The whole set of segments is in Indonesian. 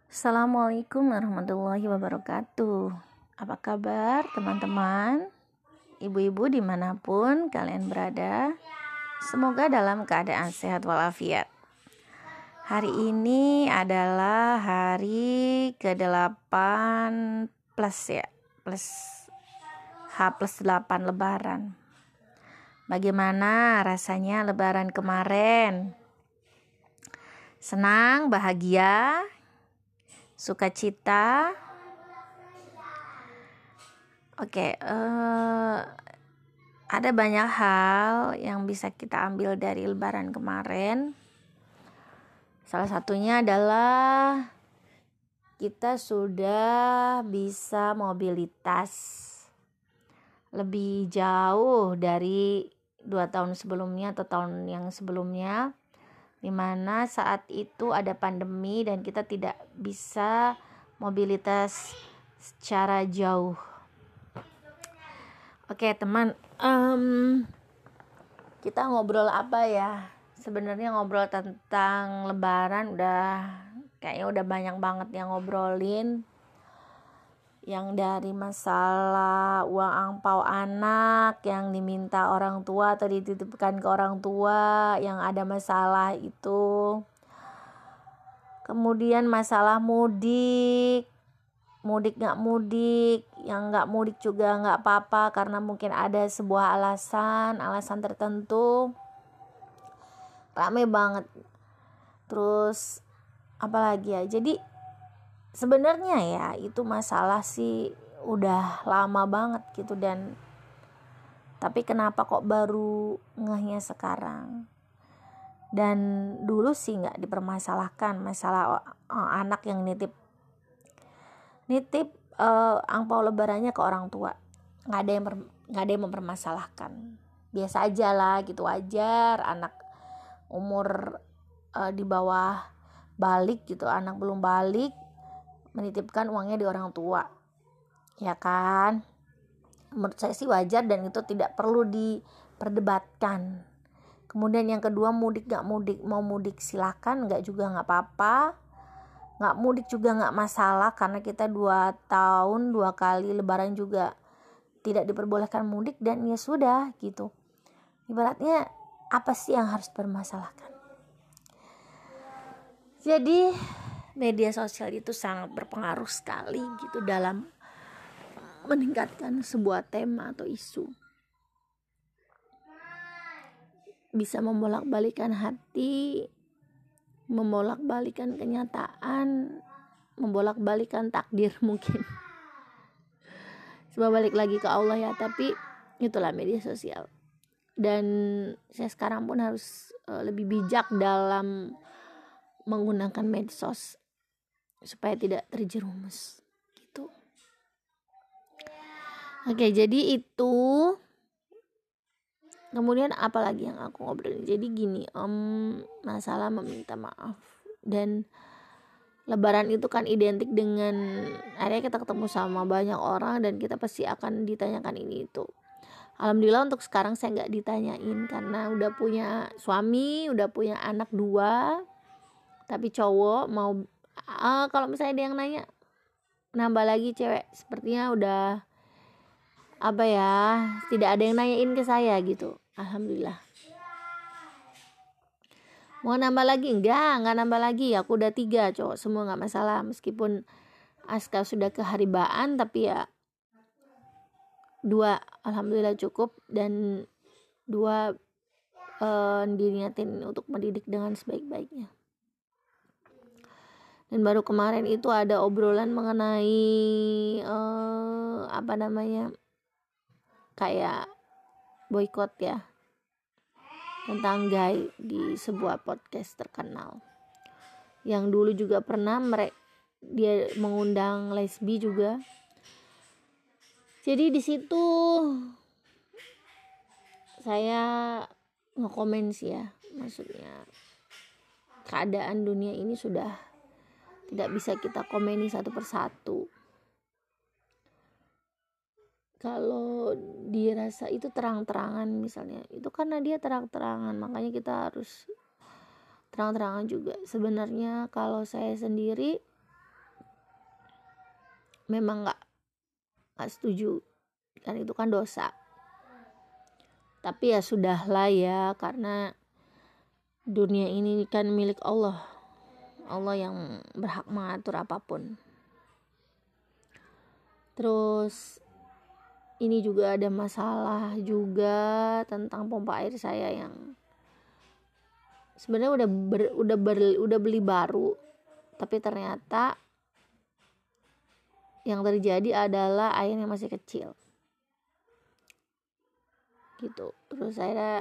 Assalamualaikum warahmatullahi wabarakatuh. Apa kabar teman-teman? Ibu-ibu dimanapun kalian berada, semoga dalam keadaan sehat walafiat. Hari ini adalah hari ke-8 plus H+8 lebaran. Bagaimana rasanya lebaran kemarin? Senang, bahagia, sukacita. Oke, ada banyak hal yang bisa kita ambil dari lebaran kemarin. Salah satunya adalah kita sudah bisa mobilitas lebih jauh dari 2 tahun sebelumnya atau tahun yang sebelumnya, dimana saat itu ada pandemi dan kita tidak bisa mobilitas secara jauh. Oke teman, kita ngobrol apa ya? Sebenarnya ngobrol tentang lebaran kayaknya udah banyak banget yang ngobrolin. Yang dari masalah uang angpau anak yang diminta orang tua atau dititipkan ke orang tua yang ada masalah itu. Kemudian masalah mudik gak mudik, yang gak mudik juga gak apa-apa karena mungkin ada sebuah alasan tertentu. Rame banget. Terus apalagi ya, jadi sebenarnya ya itu masalah sih udah lama banget gitu, dan tapi kenapa kok baru ngehnya sekarang? Dan dulu sih gak dipermasalahkan masalah anak yang nitip angpau lebarannya ke orang tua. Nggak ada yang mempermasalahkan, biasa aja lah gitu, wajar. Anak umur di bawah balik gitu, anak belum balik menitipkan uangnya di orang tua, ya kan? Menurut saya sih wajar dan itu tidak perlu diperdebatkan. Kemudian yang kedua, mudik gak mudik, mau mudik silakan, nggak juga nggak apa-apa. Nggak mudik juga nggak masalah, karena kita 2 tahun 2 kali lebaran juga tidak diperbolehkan mudik, dan ya sudah gitu. Ibaratnya apa sih yang harus dipermasalahkan? Jadi media sosial itu sangat berpengaruh sekali gitu dalam meningkatkan sebuah tema atau isu. Bisa membolak-balikan hati, membolak-balikan kenyataan, membolak-balikan takdir mungkin. Coba balik lagi ke Allah ya, tapi itulah media sosial. Dan saya sekarang pun harus lebih bijak dalam menggunakan medsos supaya tidak terjerumus gitu. Oke, jadi itu. Kemudian apalagi yang aku ngobrolin? Jadi gini, masalah meminta maaf. Dan lebaran itu kan identik dengan akhirnya kita ketemu sama banyak orang dan kita pasti akan ditanyakan ini itu. Alhamdulillah untuk sekarang saya nggak ditanyain karena udah punya suami, udah punya anak 2, tapi cowok. Kalau misalnya ada yang nanya nambah lagi cewek, sepertinya udah tidak ada yang nanyain ke saya gitu. Alhamdulillah. Mau nambah lagi? Enggak nambah lagi. Aku udah 3 cowok semua, nggak masalah. Meskipun Aska sudah keharibaan, tapi ya 2 alhamdulillah cukup, dan 2 diniatin untuk mendidik dengan sebaik-baiknya. Dan baru kemarin itu ada obrolan mengenai kayak boykot ya, tentang gay di sebuah podcast terkenal. Yang dulu juga pernah dia mengundang lesbi juga. Jadi di situ saya nge-komen sih ya, maksudnya keadaan dunia ini sudah tidak bisa kita komeni satu persatu. Kalau dirasa itu terang-terangan misalnya, itu karena dia terang-terangan, makanya kita harus terang-terangan juga. Sebenarnya kalau saya sendiri memang nggak setuju, kan itu kan dosa. Tapi ya sudahlah ya, karena dunia ini kan milik Allah. Allah yang berhak mengatur apapun. Terus ini juga ada masalah juga tentang pompa air saya yang sebenarnya udah beli baru, tapi ternyata yang terjadi adalah airnya masih kecil gitu. Terus saya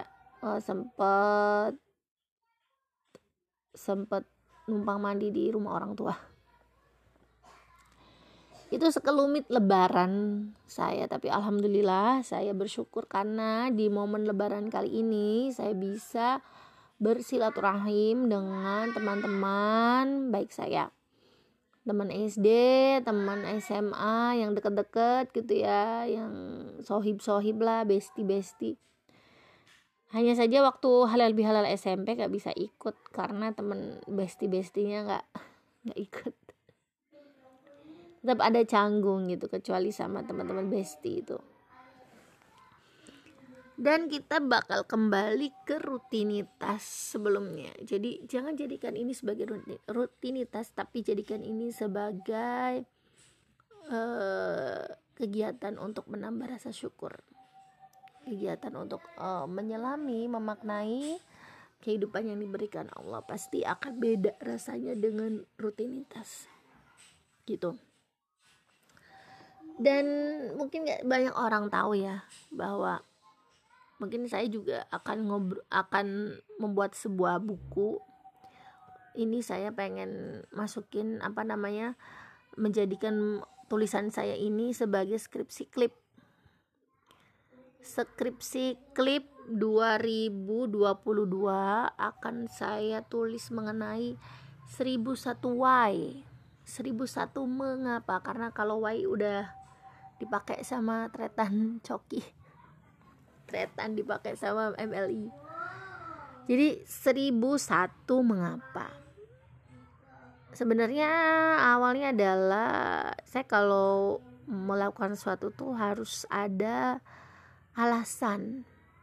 sempet numpang mandi di rumah orang tua. Itu sekelumit lebaran saya, tapi alhamdulillah saya bersyukur karena di momen lebaran kali ini saya bisa bersilaturahim dengan teman-teman baik saya, teman SD, teman SMA yang deket-deket gitu ya, yang sohib lah, besti. Hanya saja waktu halal bihalal SMP gak bisa ikut karena teman bestinya gak ikut. Tetap ada canggung gitu, kecuali sama teman-teman besti itu. Dan kita bakal kembali ke rutinitas sebelumnya. Jadi jangan jadikan ini sebagai rutinitas, tapi jadikan ini sebagai kegiatan untuk menambah rasa syukur, kegiatan untuk menyelami, memaknai kehidupan yang diberikan Allah. Pasti akan beda rasanya dengan rutinitas gitu. Dan mungkin gak banyak orang tahu ya, bahwa mungkin saya juga akan membuat sebuah buku. Ini saya pengen masukin menjadikan tulisan saya ini sebagai skripsi klip 2022 akan saya tulis mengenai 1001 why, 1001 mengapa. Karena kalau why udah dipakai sama tretan coki, tretan dipakai sama MLI, jadi 1001 mengapa. Sebenarnya awalnya adalah saya kalau melakukan sesuatu tuh harus ada alasan.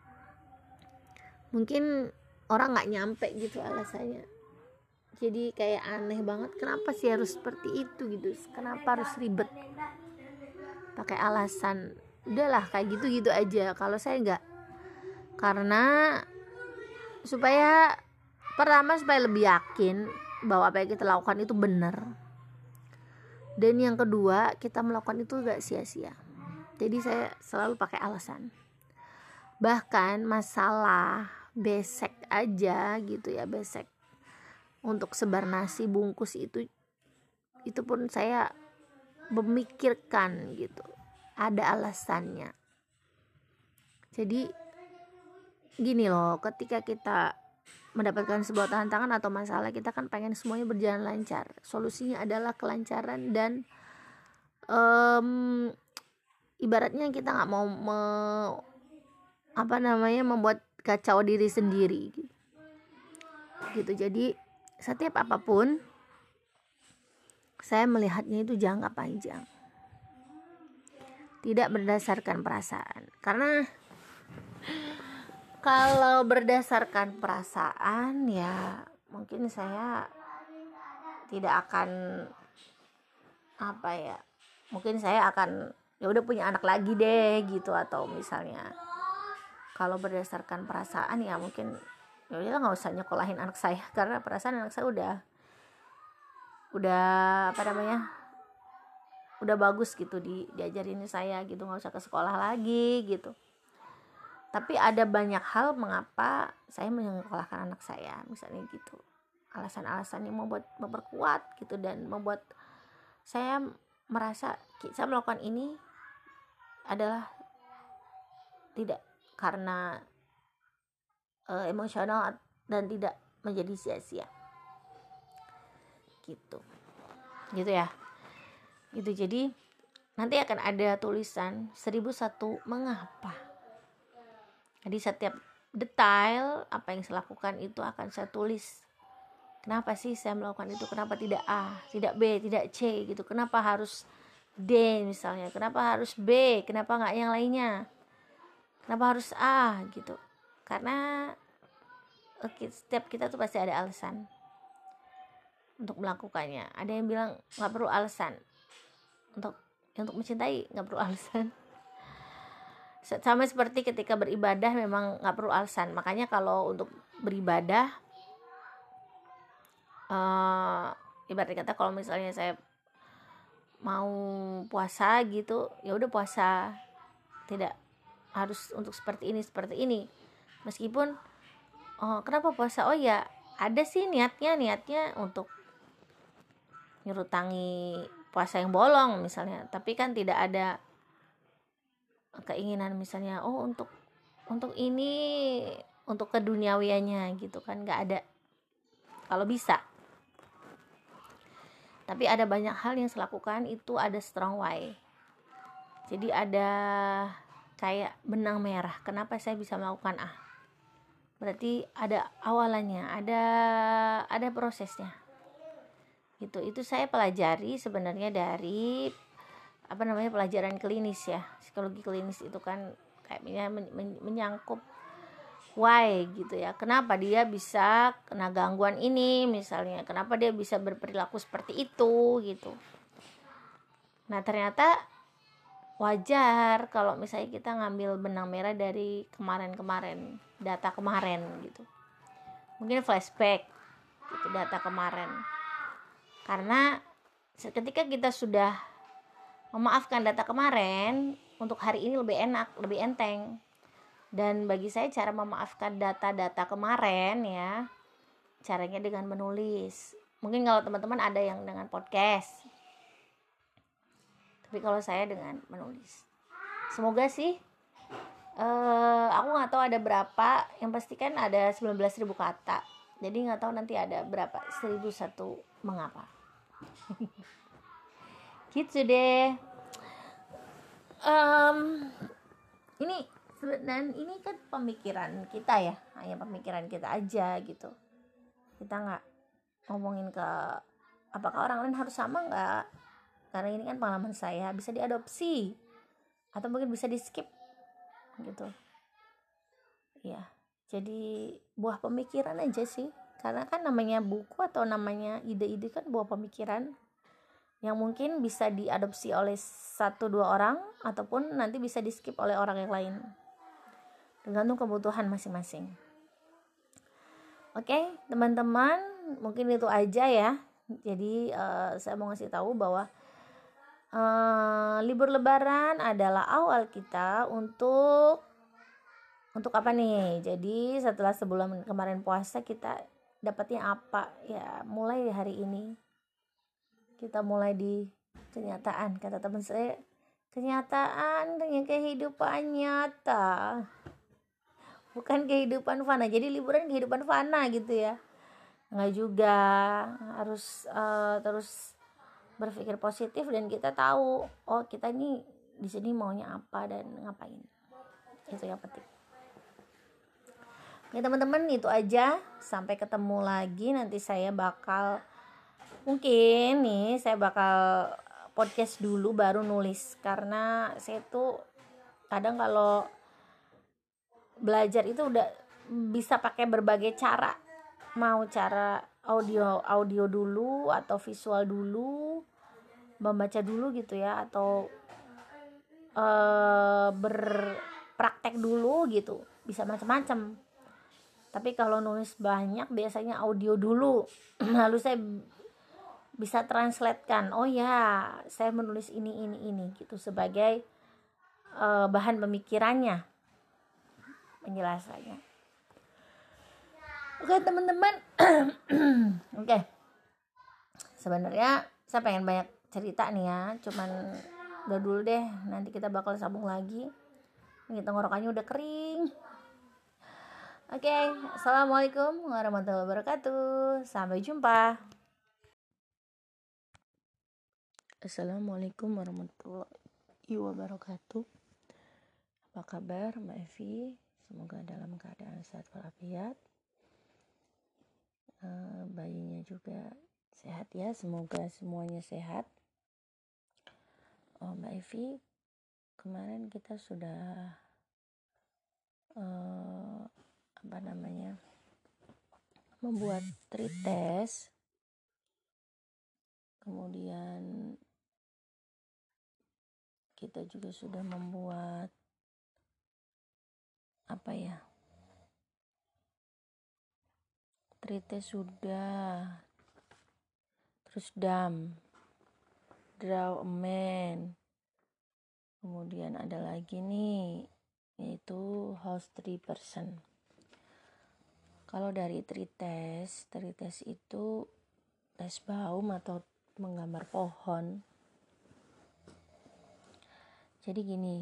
Mungkin orang nggak nyampe gitu alasannya, jadi kayak aneh banget, kenapa sih harus seperti itu gitu, kenapa harus ribet pakai alasan. Udahlah kayak gitu aja. Kalau saya enggak, karena supaya lebih yakin bahwa apa yang kita lakukan itu benar, dan yang kedua kita melakukan itu gak sia-sia. Jadi saya selalu pakai alasan. Bahkan masalah besek aja gitu ya, besek untuk sebar nasi bungkus itu pun saya memikirkan gitu, ada alasannya. Jadi gini loh, ketika kita mendapatkan sebuah tantangan atau masalah, kita kan pengen semuanya berjalan lancar. Solusinya adalah kelancaran, dan ibaratnya kita nggak mau membuat kacau diri sendiri gitu. Jadi setiap apapun saya melihatnya itu jangka panjang, tidak berdasarkan perasaan. Karena kalau berdasarkan perasaan ya mungkin saya tidak akan mungkin saya akan ya udah punya anak lagi deh gitu. Atau misalnya kalau berdasarkan perasaan ya mungkin ya udah nggak usah nyekolahin anak saya, karena perasaan anak saya udah udah bagus gitu, diajarin saya gitu, nggak usah ke sekolah lagi gitu. Tapi ada banyak hal mengapa saya menyekolahkan anak saya, misalnya gitu, alasan-alasan yang memperkuat gitu, dan membuat saya merasa saya melakukan ini adalah tidak karena emosional dan tidak menjadi sia-sia gitu ya gitu. Jadi nanti akan ada tulisan 1001 mengapa. Jadi setiap detail apa yang saya lakukan itu akan saya tulis. Kenapa sih saya melakukan itu? Kenapa tidak A, tidak B, tidak C gitu? Kenapa harus D misalnya, kenapa harus B, kenapa nggak yang lainnya, kenapa harus A gitu. Karena setiap kita tuh pasti ada alasan untuk melakukannya. Ada yang bilang nggak perlu alasan untuk mencintai, nggak perlu alasan. Sama seperti ketika beribadah memang nggak perlu alasan. Makanya kalau untuk beribadah, ibarat kata kalau misalnya saya mau puasa gitu, ya udah puasa, tidak harus untuk seperti ini. Meskipun kenapa puasa, oh ya ada sih niatnya untuk nyurutangi puasa yang bolong misalnya, tapi kan tidak ada keinginan misalnya untuk ini, untuk keduniawiannya gitu kan, nggak ada kalau bisa. Tapi ada banyak hal yang saya lakukan itu ada strong why. Jadi ada kayak benang merah kenapa saya bisa melakukan A. Berarti ada awalannya, ada prosesnya. Itu saya pelajari sebenarnya dari pelajaran klinis ya. Psikologi klinis itu kan kayaknya menyangkut why gitu ya, kenapa dia bisa kena gangguan ini misalnya, kenapa dia bisa berperilaku seperti itu gitu. Nah ternyata wajar kalau misalnya kita ngambil benang merah dari kemarin data kemarin gitu, mungkin flashback gitu data kemarin, karena ketika kita sudah memaafkan data kemarin, untuk hari ini lebih enak, lebih enteng. Dan bagi saya cara memaafkan data-data kemarin ya, caranya dengan menulis. Mungkin kalau teman-teman ada yang dengan podcast, tapi kalau saya dengan menulis. Semoga sih, aku nggak tahu ada berapa, yang pasti kan ada 19.000 kata. Jadi nggak tahu nanti ada berapa, 1.001 mengapa. Gitu deh. Ini dan ini kan pemikiran kita ya, hanya pemikiran kita aja gitu. Kita nggak ngomongin ke apakah orang lain harus sama nggak, karena ini kan pengalaman saya, bisa diadopsi atau mungkin bisa di skip gitu ya. Jadi buah pemikiran aja sih, karena kan namanya buku atau namanya ide-ide kan buah pemikiran yang mungkin bisa diadopsi oleh 1-2 orang ataupun nanti bisa di skip oleh orang yang lain, tergantung kebutuhan masing-masing. Oke, teman-teman, mungkin itu aja ya. Jadi saya mau ngasih tahu bahwa libur Lebaran adalah awal kita untuk apa nih? Jadi setelah sebulan kemarin puasa, kita dapatnya apa ya? Mulai hari ini kita mulai di kenyataan. Kata teman saya, kenyataan dengan kehidupan nyata, bukan kehidupan fana. Jadi liburan kehidupan fana gitu ya, nggak juga. Harus terus berpikir positif dan kita tahu kita ini di sini maunya apa dan ngapain. Itu yang penting. Oke teman-teman, itu aja. Sampai ketemu lagi. Nanti saya bakal podcast dulu baru nulis, karena saya tuh kadang kalau belajar itu udah bisa pakai berbagai cara, mau cara audio dulu atau visual dulu, membaca dulu gitu ya, atau berpraktek dulu gitu, bisa macam-macam. Tapi kalau nulis banyak biasanya audio dulu lalu saya bisa translatekan, oh ya saya menulis ini gitu sebagai bahan pemikirannya, penjelasannya. Oke teman-teman. Oke. Sebenarnya saya pengen banyak cerita nih ya, cuman udah dulu deh, nanti kita bakal sambung lagi. Ini tenggorokannya udah kering. Oke, assalamualaikum warahmatullahi wabarakatuh. Sampai jumpa. Assalamualaikum warahmatullahi wabarakatuh. Apa kabar Mbak Evi? Semoga dalam keadaan sehat walafiat. Bayinya juga sehat ya, semoga semuanya sehat. Mbak Evi, kemarin kita sudah membuat tritest, kemudian kita juga sudah membuat tritest sudah, terus draw a man, kemudian ada lagi nih yaitu house 3 person. Kalau dari tritest itu tes baum atau menggambar pohon. Jadi gini,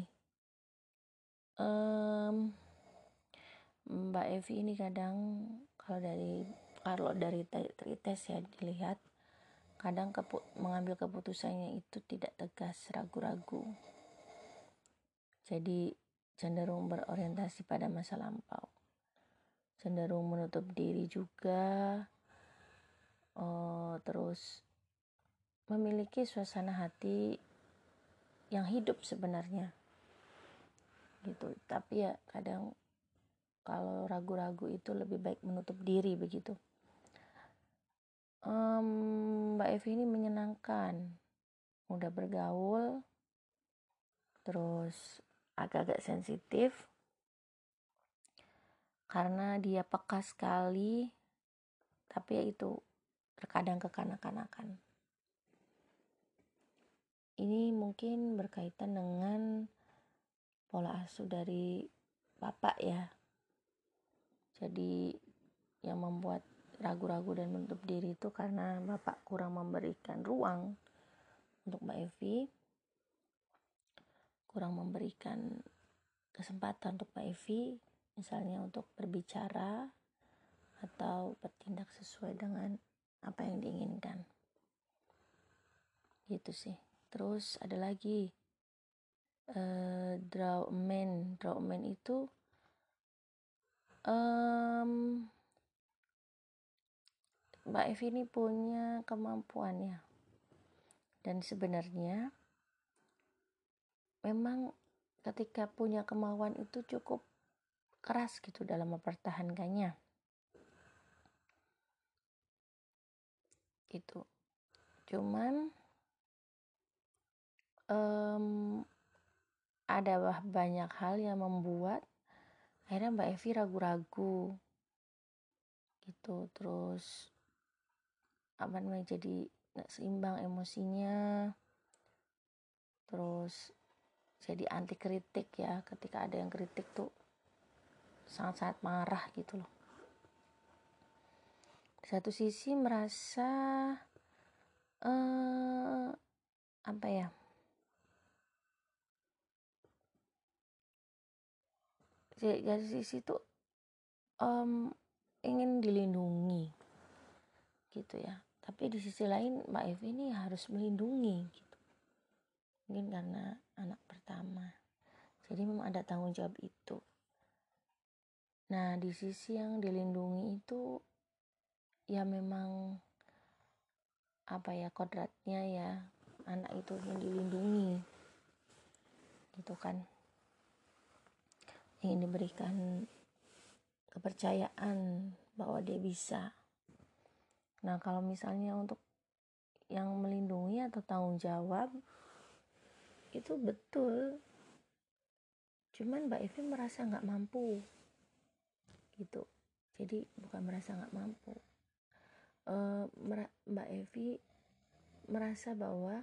Mbak Evi ini kadang kalau dari tritest ya dilihat, kadang mengambil keputusannya itu tidak tegas, ragu-ragu. Jadi cenderung berorientasi pada masa lampau, cenderung menutup diri juga, terus memiliki suasana hati yang hidup sebenarnya gitu. Tapi ya kadang kalau ragu-ragu itu lebih baik menutup diri begitu. Mbak Evi ini menyenangkan, mudah bergaul, terus agak-agak sensitif karena dia peka sekali, tapi ya itu terkadang kekanak-kanakan. Ini mungkin berkaitan dengan pola asuh dari bapak ya. Jadi yang membuat ragu-ragu dan menutup diri itu karena bapak kurang memberikan ruang untuk Mbak Evi, kurang memberikan kesempatan untuk Mbak Evi, misalnya untuk berbicara atau bertindak sesuai dengan apa yang diinginkan. Gitu sih. Terus ada lagi draw a man itu Mbak Evi ini punya kemampuannya, dan sebenarnya memang ketika punya kemauan itu cukup keras gitu dalam mempertahankannya gitu. Cuman ada banyak hal yang membuat akhirnya Mbak Evi ragu-ragu gitu. Terus jadi gak seimbang emosinya, terus jadi anti kritik ya. Ketika ada yang kritik tuh sangat-sangat marah gitu loh. Di satu sisi merasa dari sisi tuh ingin dilindungi gitu ya. Tapi di sisi lain Mbak Evi ini harus melindungi gitu. Mungkin karena anak pertama, jadi memang ada tanggung jawab itu. Nah di sisi yang dilindungi itu ya memang kodratnya ya, anak itu ingin dilindungi gitu kan, ingin diberikan kepercayaan bahwa dia bisa. Nah kalau misalnya untuk yang melindungi atau tanggung jawab itu betul, cuman Mbak Evi merasa gak mampu gitu. Jadi bukan merasa gak mampu, Mbak Evi merasa bahwa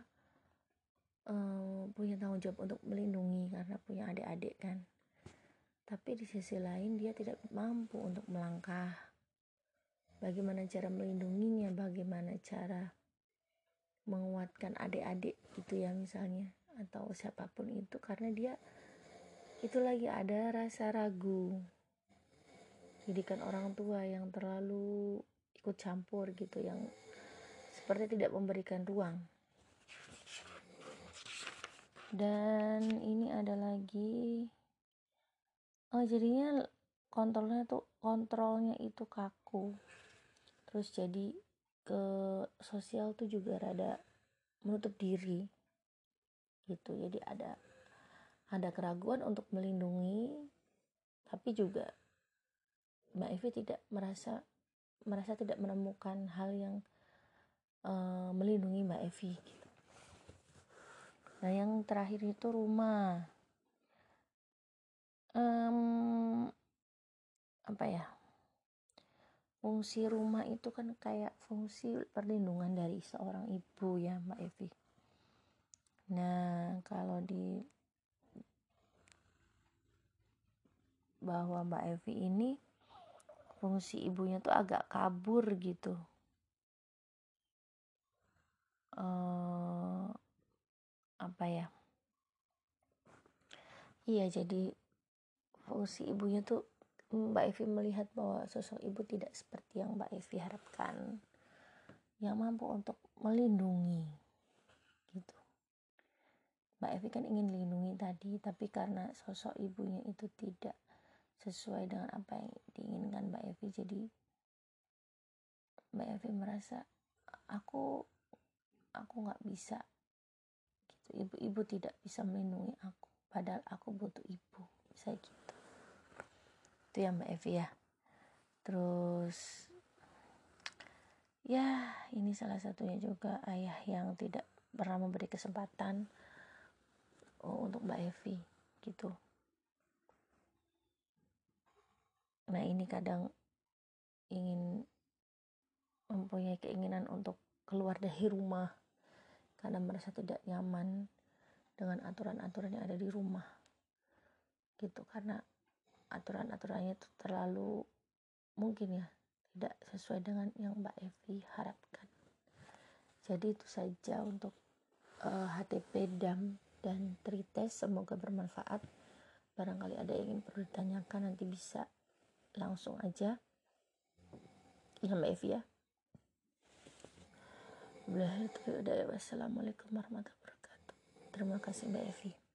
punya tanggung jawab untuk melindungi karena punya adik-adik kan. Tapi di sisi lain dia tidak mampu untuk melangkah. Bagaimana cara melindunginya, bagaimana cara menguatkan adik-adik gitu ya misalnya, atau siapapun itu, karena dia itu lagi ada rasa ragu. Didikan orang tua yang terlalu ikut campur gitu, yang seperti tidak memberikan ruang. Dan ini ada lagi, jadinya kontrolnya itu kaku. Terus jadi ke sosial tuh juga rada menutup diri gitu. Jadi ada keraguan untuk melindungi, tapi juga Mbak Evi tidak merasa tidak menemukan hal yang melindungi Mbak Evi gitu. Nah yang terakhir itu rumah, apa ya, fungsi rumah itu kan kayak fungsi perlindungan dari seorang ibu ya Mbak Evi. Nah kalau di bahwa Mbak Evi ini fungsi ibunya tuh agak kabur gitu. Apa ya? Iya, jadi fungsi ibunya tuh Mbak Evi melihat bahwa sosok ibu tidak seperti yang Mbak Evi harapkan, yang mampu untuk melindungi gitu. Mbak Evi kan ingin lindungi tadi, tapi karena sosok ibunya itu tidak sesuai dengan apa yang diinginkan Mbak Evi, jadi Mbak Evi merasa aku nggak bisa gitu, ibu tidak bisa melindungi aku, padahal aku butuh ibu, bisa gitu. Itu ya Mbak Evi ya. Terus ya ini salah satunya juga ayah yang tidak pernah memberi kesempatan untuk Mbak Evi gitu. Nah ini kadang ingin mempunyai keinginan untuk keluar dari rumah karena merasa tidak nyaman dengan aturan-aturan yang ada di rumah gitu, karena aturan-aturannya itu terlalu mungkin ya tidak sesuai dengan yang Mbak Evi harapkan. Jadi itu saja untuk HTP DAM dan Tritest, semoga bermanfaat. Barangkali ada yang ingin perlu ditanyakan nanti bisa langsung aja ya Mbak Evi ya. Wassalamualaikum warahmatullahi wabarakatuh. Terima kasih Mbak Evi.